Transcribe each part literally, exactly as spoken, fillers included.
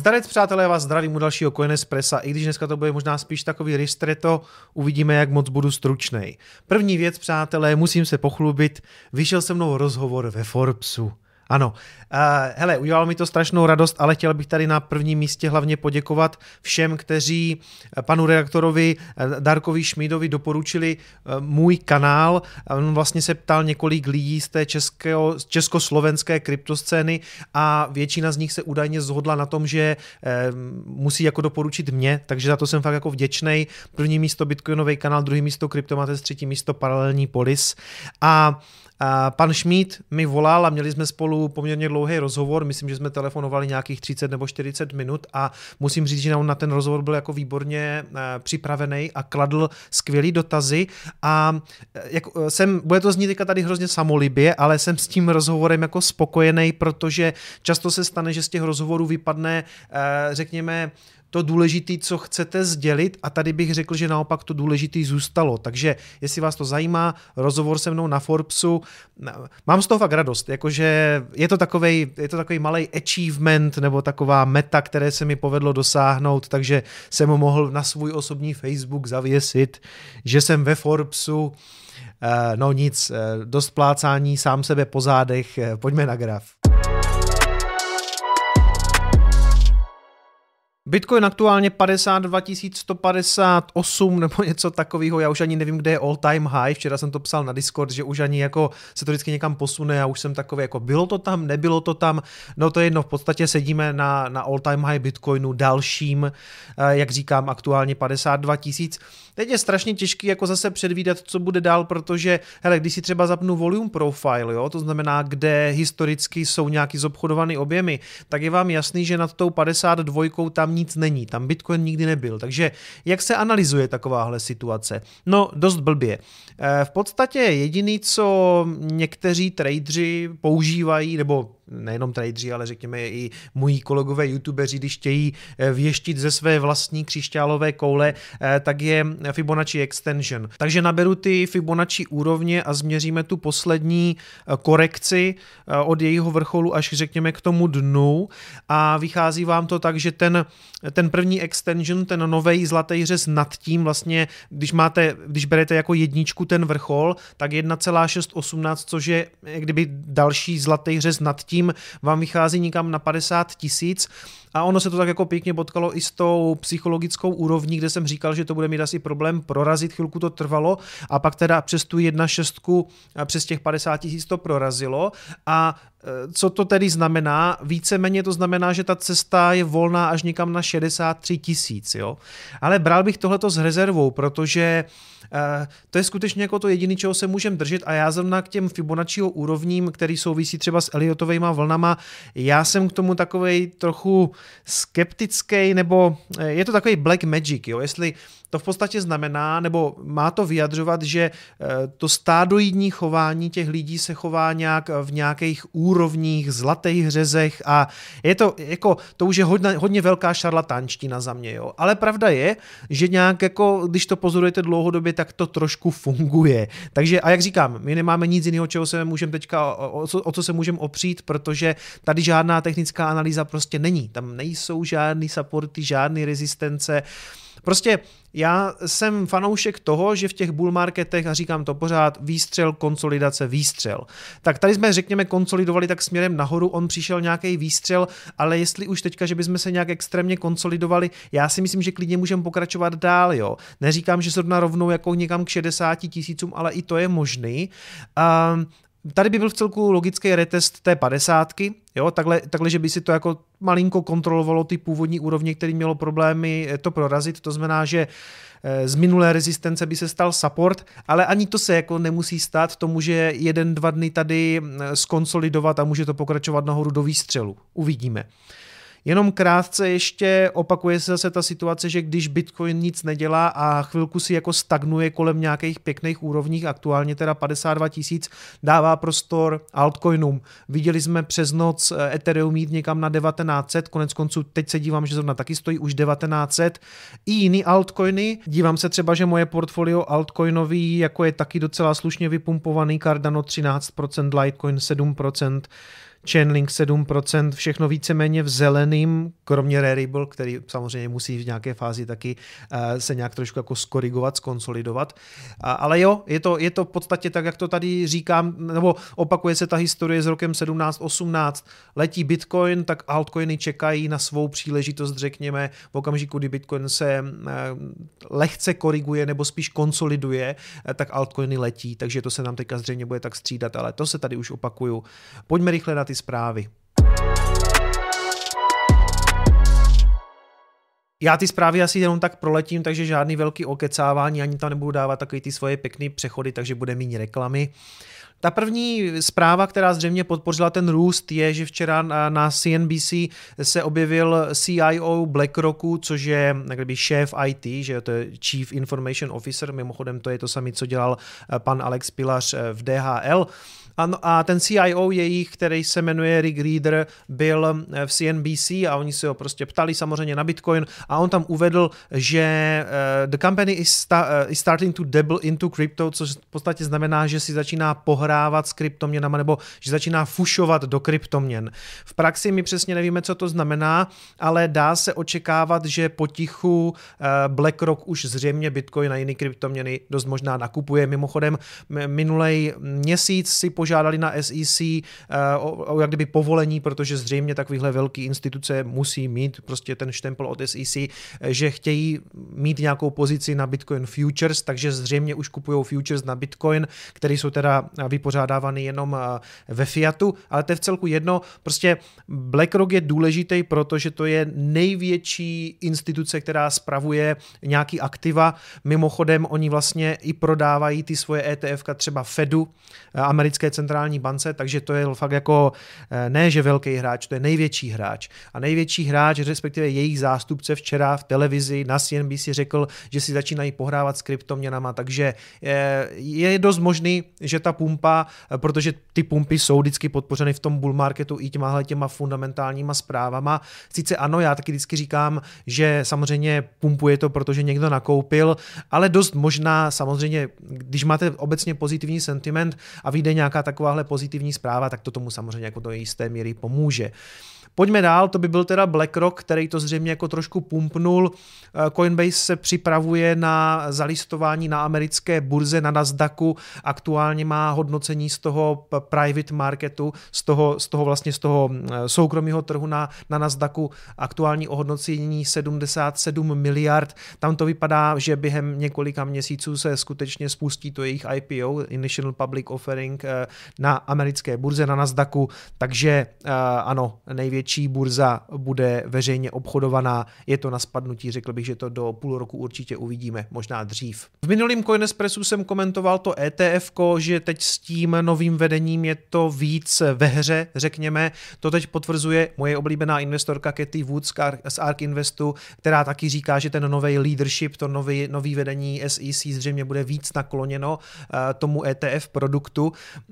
Zdarec, přátelé, já vás zdravím u dalšího Coinespressa, i když dneska to bude možná spíš takový ristretto, uvidíme, jak moc budu stručnej. První věc, přátelé, musím se pochlubit, vyšel se mnou rozhovor ve Forbesu. Ano, uh, hele, udělalo mi to strašnou radost, ale chtěl bych tady na prvním místě hlavně poděkovat všem, kteří panu redaktorovi Darkovi Šmídovi doporučili uh, můj kanál. On vlastně se ptal několik lidí z té českého, československé kryptoscény a většina z nich se údajně shodla na tom, že uh, musí jako doporučit mě, takže za to jsem fakt jako vděčnej. První místo Bitcoinový kanál, druhý místo Kryptomates, třetí místo Paralelní polis a A pan Šmíd mi volal a měli jsme spolu poměrně dlouhý rozhovor, myslím, že jsme telefonovali nějakých třicet nebo čtyřicet minut a musím říct, že on na ten rozhovor byl jako výborně připravený a kladl skvělý dotazy a jak jsem, bude to znít teďka tady hrozně samolibě, ale jsem s tím rozhovorem jako spokojený, protože často se stane, že z těch rozhovorů vypadne, řekněme, to důležitý, co chcete sdělit a tady bych řekl, že naopak to důležitý zůstalo. Takže jestli vás to zajímá, rozhovor se mnou na Forbesu, mám z toho fakt radost, jakože je to takovej, je to takový malej achievement nebo taková meta, které se mi povedlo dosáhnout, takže jsem mohl na svůj osobní Facebook zavěsit, že jsem ve Forbesu. No nic, dost plácání sám sebe po zádech, pojďme na graf. Bitcoin aktuálně padesát dva tisíc sto padesát osm nebo něco takového, já už ani nevím, kde je all time high, včera jsem to psal na Discord, že už ani jako se to vždycky někam posune a už jsem takový jako bylo to tam, nebylo to tam, no to je jedno, v podstatě sedíme na, na all time high Bitcoinu dalším, jak říkám, aktuálně padesát dva tisíc. Teď je strašně těžký jako zase předvídat, co bude dál, protože hele, když si třeba zapnu volume profile, jo, to znamená, kde historicky jsou nějaký zobchodované objemy, tak je vám jasný, že nad tou padesát dva tam nic není, tam Bitcoin nikdy nebyl. Takže jak se analyzuje takováhle situace? No, dost blbě. V podstatě jediný, co někteří tradeři používají, nebo nejenom tradeři, ale řekněme i moji kolegové youtubeři, když chtějí věštit ze své vlastní křišťálové koule, tak je Fibonacci extension. Takže naberu ty Fibonacci úrovně a změříme tu poslední korekci od jejího vrcholu až řekněme k tomu dnu a vychází vám to tak, že ten, ten první extension, ten novej zlatý řez nad tím vlastně, když máte, když berete jako jedničku ten vrchol, tak jedna celá šest osmnáct, což je kdyby další zlatý řez nad tím, vám vychází nikam na padesát tisíc a ono se to tak jako pěkně potkalo i s tou psychologickou úrovní, kde jsem říkal, že to bude mít asi problém prorazit, chvilku to trvalo a pak teda přes tu jedna šestku přes těch padesát tisíc to prorazilo a co to tedy znamená? Víceméně to znamená, že ta cesta je volná až někam na šedesát tři tisíc, jo? Ale bral bych tohleto s rezervou, protože Uh, to je skutečně jako to jediné, čeho se můžeme držet a já zrovna k těm Fibonacciho úrovním, který souvisí třeba s Elliotovejma vlnama, já jsem k tomu takovej trochu skeptický, nebo je to takový black magic, jo, jestli to v podstatě znamená, nebo má to vyjadřovat, že to stádoidní chování těch lidí se chová nějak v nějakých úrovních, zlatých řezech a je to, jako, to už je hodně, hodně velká šarlatánština za mě, jo. Ale pravda je, že nějak jako, když to pozorujete dlouhodobě, tak to trošku funguje. Takže a jak říkám, my nemáme nic jiného, čeho se můžeme teďka, o co, o co se můžeme opřít, protože tady žádná technická analýza prostě není. Tam nejsou žádný supporty, žádný rezistence. Prostě já jsem fanoušek toho, že v těch bull marketech, a říkám to pořád, výstřel, konsolidace, výstřel. Tak tady jsme, řekněme, konsolidovali tak směrem nahoru, on přišel nějaký výstřel, ale jestli už teďka, že bychom se nějak extrémně konsolidovali, já si myslím, že klidně můžeme pokračovat dál, jo. Neříkám, že zrovna rovnou jako někam k šedesáti tisícům, ale i to je možný. Um, Tady by byl v celku logický retest té padesátky, jo, takhle, takhle, že by si to jako malinko kontrolovalo ty původní úrovně, které mělo problémy to prorazit, to znamená, že z minulé rezistence by se stal support, ale ani to se jako nemusí stát, to může jeden, dva dny tady skonsolidovat a může to pokračovat nahoru do výstřelu. Uvidíme. Jenom krátce ještě opakuje se zase ta situace, že když Bitcoin nic nedělá a chvilku si jako stagnuje kolem nějakých pěkných úrovních, aktuálně teda padesát dva tisíc, dává prostor altcoinům. Viděli jsme přes noc Ethereum jít někam na devatenáct set, konec konců teď se dívám, že zrovna taky stojí už devatenáct set. I jiný altcoiny, dívám se třeba, že moje portfolio altcoinový jako je taky docela slušně vypumpovaný, Cardano třináct procent, Litecoin sedm procent, Chainlink sedm procent, všechno víceméně v zeleným, kromě Rarible, který samozřejmě musí v nějaké fázi taky uh, se nějak trošku jako skorigovat, skonsolidovat. Uh, ale jo, je to, je to v podstatě tak, jak to tady říkám, nebo opakuje se ta historie s rokem sedmnáct osmnáct. Letí Bitcoin, tak altcoiny čekají na svou příležitost, řekněme, v okamžiku, kdy Bitcoin se uh, lehce koriguje nebo spíš konsoliduje, uh, tak altcoiny letí, takže to se nám teďka zřejmě bude tak střídat, ale to se tady už opakuju. Pojďme rychle na ty zprávy. Já ty zprávy asi jenom tak proletím, takže žádný velký okecávání, ani tam nebudu dávat takový ty svoje pěkný přechody, takže bude méně reklamy. Ta první zpráva, která zřejmě podpořila ten růst, je, že včera na C N B C se objevil C I O BlackRocku, což je kdyby šéf I T, že to je Chief Information Officer, mimochodem to je to samé, co dělal pan Alex Pilař v D H L. A ten C I O jejich, který se jmenuje Rick Reader, byl v C N B C a oni se ho prostě ptali samozřejmě na Bitcoin a on tam uvedl, že the company is, sta- is starting to dabble into crypto, což v podstatě znamená, že si začíná pohrávat s kryptoměnama nebo že začíná fušovat do kryptoměn. V praxi my přesně nevíme, co to znamená, ale dá se očekávat, že potichu BlackRock už zřejmě Bitcoin a jiné kryptoměny dost možná nakupuje. Mimochodem minulej měsíc si požádali na S E C uh, o, o jak kdyby povolení, protože zřejmě takovýhle velký instituce musí mít prostě ten štempel od S E C, že chtějí mít nějakou pozici na Bitcoin Futures, takže zřejmě už kupují futures na Bitcoin, které jsou teda vypořádávány jenom uh, ve fiatu, ale to je v celku jedno. Prostě BlackRock je důležitý, protože to je největší instituce, která spravuje nějaký aktiva. Mimochodem oni vlastně i prodávají ty svoje E T F ka třeba Fedu, americké centrální bance, takže to je fakt jako ne, že velký hráč, to je největší hráč. A největší hráč, respektive jejich zástupce včera v televizi na C N B C řekl, že si začínají pohrávat s kryptoměnama, takže je dost možný, že ta pumpa, protože ty pumpy jsou vždycky podpořeny v tom bull marketu i těma, těma fundamentálníma zprávama. Sice ano, já taky vždycky říkám, že samozřejmě pumpuje to, protože někdo nakoupil, ale dost možná samozřejmě, když máte obecně pozitivní sentiment a vyjde nějaká takováhle pozitivní zpráva, tak to tomu samozřejmě jako do jisté míry pomůže. Pojďme dál, to by byl teda BlackRock, který to zřejmě jako trošku pumpnul. Coinbase se připravuje na zalistování na americké burze na Nasdaqu. Aktuálně má hodnocení z toho private marketu, z toho, z toho vlastně z toho soukromého trhu na, na Nasdaqu. Aktuální ohodnocení sedmdesát sedm miliard. Tam to vypadá, že během několika měsíců se skutečně spustí to jejich I P O, Initial Public Offering, na americké burze na Nasdaqu. Takže ano, největší burza bude veřejně obchodovaná, je to na spadnutí, řekl bych, že to do půl roku určitě uvidíme, možná dřív. V minulým Coinespressu jsem komentoval to E T F ko, že teď s tím novým vedením je to víc ve hře, řekněme, to teď potvrzuje moje oblíbená investorka Cathie Wood z ARK Investu, která taky říká, že ten nový leadership, to nový, nový vedení S E C zřejmě bude víc nakloněno uh, tomu E T F produktu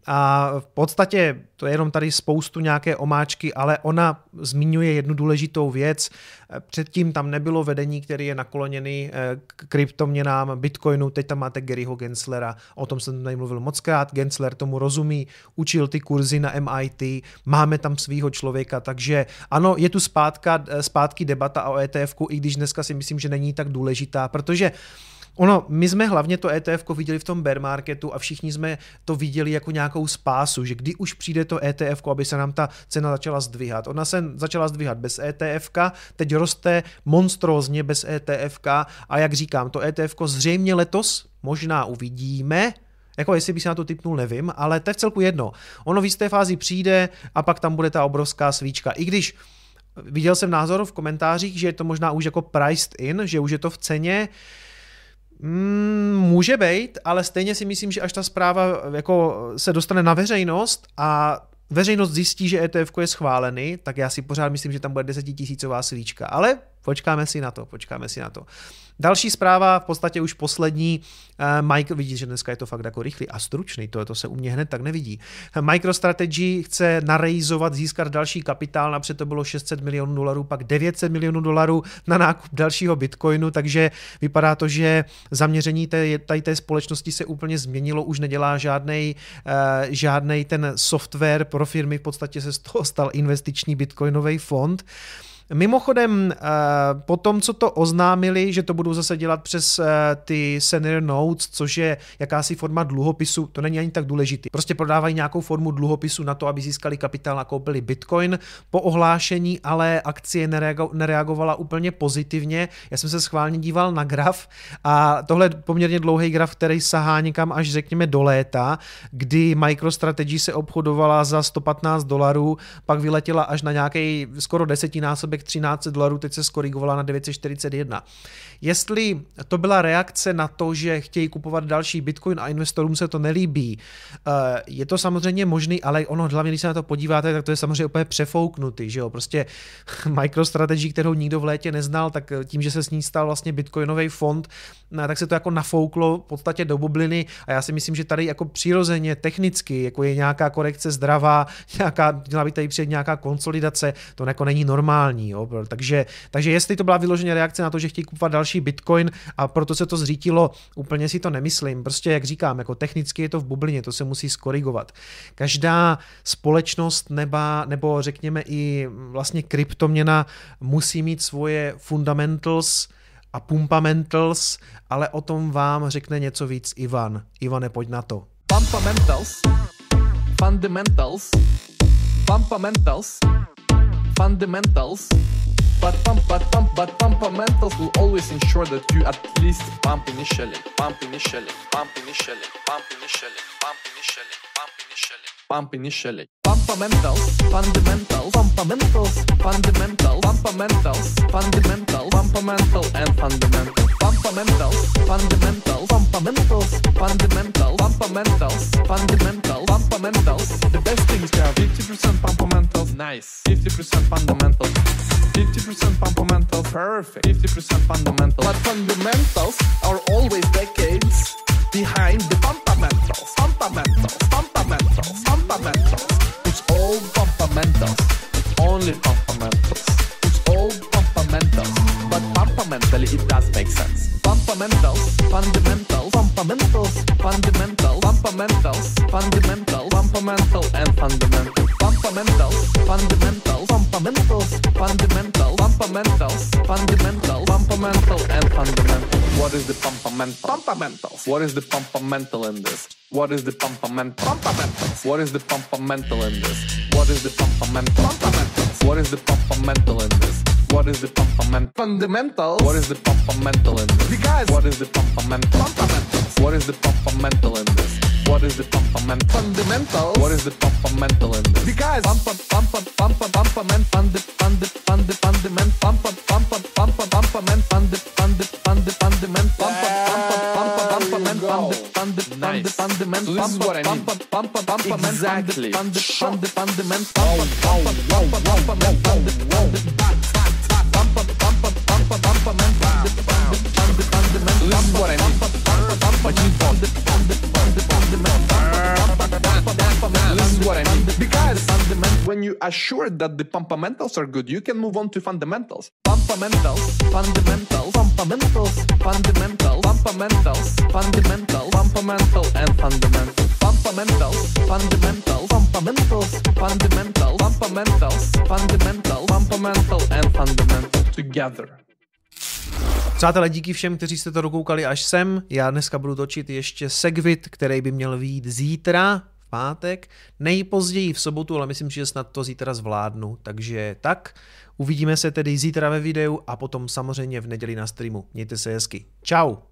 a v podstatě to je jenom tady spoustu nějaké omáčky, ale ona zmiňuje jednu důležitou věc. Předtím tam nebylo vedení, který je nakloněný k kryptoměnám, Bitcoinu, teď tam máte Garyho Genslera, o tom jsem tady mluvil mockrát, Gensler tomu rozumí, učil ty kurzy na M I T, máme tam svýho člověka, takže ano, je tu zpátka, zpátky debata o E T F ku, i když dneska si myslím, že není tak důležitá, protože ono, my jsme hlavně to E T F ko viděli v tom bear marketu a všichni jsme to viděli jako nějakou spásu, že kdy už přijde to E T F ko, aby se nám ta cena začala zdvihat. Ona se začala zdvihat bez E T F ka, teď roste monstrózně bez E T F ka a jak říkám, to E T F ko zřejmě letos možná uvidíme, jako jestli by se na to tipnul, nevím, ale to je v celku jedno. Ono v jisté fázi přijde a pak tam bude ta obrovská svíčka. I když viděl jsem názor v komentářích, že je to možná už jako priced in, že už je to v ceně. Mm, může být, ale stejně si myslím, že až ta zpráva jako se dostane na veřejnost a veřejnost zjistí, že E T F ko je schválený, tak já si pořád myslím, že tam bude desetitisícová svíčka. Ale počkáme si na to, počkáme si na to. Další zpráva, v podstatě už poslední, Mike, vidíš, že dneska je to fakt jako rychlý a stručný, to, to se u mě hned tak nevidí. MicroStrategy chce narejzovat, získat další kapitál, napřed to bylo šest set milionů dolarů, pak devět set milionů dolarů na nákup dalšího bitcoinu, takže vypadá to, že zaměření té, tady té společnosti se úplně změnilo, už nedělá žádnej, uh, žádnej ten software pro firmy, v podstatě se z toho stal investiční bitcoinový fond. Mimochodem, po tom, co to oznámili, že to budou zase dělat přes ty senior notes, což je jakási forma dluhopisu, to není ani tak důležitý. Prostě prodávají nějakou formu dluhopisu na to, aby získali kapitál a koupili bitcoin. Po ohlášení ale akcie nereagovala úplně pozitivně. Já jsem se schválně díval na graf a tohle je poměrně dlouhý graf, který sahá někam až řekněme do léta, kdy MicroStrategy se obchodovala za sto patnáct dolarů, pak vyletěla až na nějaký skoro desetinásobek třináct set dolarů, teď se skorigovala na devět set čtyřicet jedna. Jestli to byla reakce na to, že chtějí kupovat další bitcoin a investorům se to nelíbí, je to samozřejmě možný, ale ono hlavně, když se na to podíváte, tak to je samozřejmě úplně přefouknutý, že jo, prostě MicroStrategy, kterou nikdo v létě neznal, tak tím, že se s ní stal vlastně bitcoinový fond, tak se to jako nafouklo v podstatě do bubliny a já si myslím, že tady jako přirozeně, technicky, jako je nějaká korekce zdravá, nějaká, měla by tady přijít nějaká konsolidace, to jako není normální. Jo? Takže, takže jestli to byla vyloženě reakce na to, že chtějí kupovat další bitcoin a proto se to zřítilo, úplně si to nemyslím. Prostě jak říkám, jako technicky je to v bublině, to se musí skorigovat. Každá společnost neba, nebo řekněme i vlastně kryptoměna musí mít svoje fundamentals a pumpamentals, ale o tom vám řekne něco víc Ivan. Ivane, pojď na to. Pumpamentals, fundamentals, pumpamentals, fundamentals, but pump, but pump, but pumpamentals will always ensure that you at least pump initially, pump initially, pump initially, pump initially, pump initially, pump initially, pump initially. Pumpamentals, fundamentals, pumpamentals, fundamentals, pumpamentals, fundamentals, pumpamental and fundamental. Pumpamentals, fundamentals, pumpamentals, fundamentals, pumpamentals, fundamentals, pumpamentals. The best thing is to have fifty percent pumpamentals, nice, fifty percent fundamentals, fifty percent pumpamentals, perfect, fifty percent fundamentals. But fundamentals are always decades behind the pumpamentals, pumpamentals, pumpamentals, pumpamentals. It's all pumpamentals, only pumpamentals. It's all pumpamentals, but pumpamentally it does make sense. Pumpamentals, fundamentals, pumpamentals, fundamentals, pumpamentals, fundamentals, pumpamental and fundamental. Pumpamentals, fundamentals, pumpamentals, fundamentals, pumpamentals, fundamentals, pumpamental and fundamental. What is the pumpamental? Pumpamentals. What is the pumpamental in this? What is the pumpamental? Pumpamentals. What is the pumpamental in this? What is the pumpamental? Pumpamentals. What is the pumpamental in this? What is the pumpamental? Fundamental. What is the pumpamental in this? Because what is the pumpamental? Pumpamentals. What is the pumpamental in this? What is the pumpamental? Fundamental. What is the pumpamental in this? Because pumpa pumpa pumpa pumpament fund fund fund fundament pumpa pumpa pumpa pumpament fund fund fund fundament pumpa pumpa pumpa pumpament fund fund fund fundament pumpa pumpa pumpa pumpament exactly fund fund fundament pumpa pumpa pumpa pumpament fund fund pumpa pumpa pumpa pumpament fund fund fund fundament. This is what I mean. But you don't. This is what I mean. Because when you are sure that the pumpamentals are good, you can move on to fundamentals. Pumpamentals, fundamentals, pumpamentals, fundamentals, pumpamentals, fundamentals, pumpamental and fundamental. Pumpamentals, fundamentals, pumpamentals, fundamentals, pumpamentals, fundamentals, pumpamental and fundamental together. Přátelé, díky všem, kteří jste to dokoukali až sem. Já dneska budu točit ještě segwit, který by měl vyjít zítra, v pátek, nejpozději v sobotu, ale myslím, že snad to zítra zvládnu. Takže tak, uvidíme se tedy zítra ve videu a potom samozřejmě v neděli na streamu. Mějte se hezky. Čau.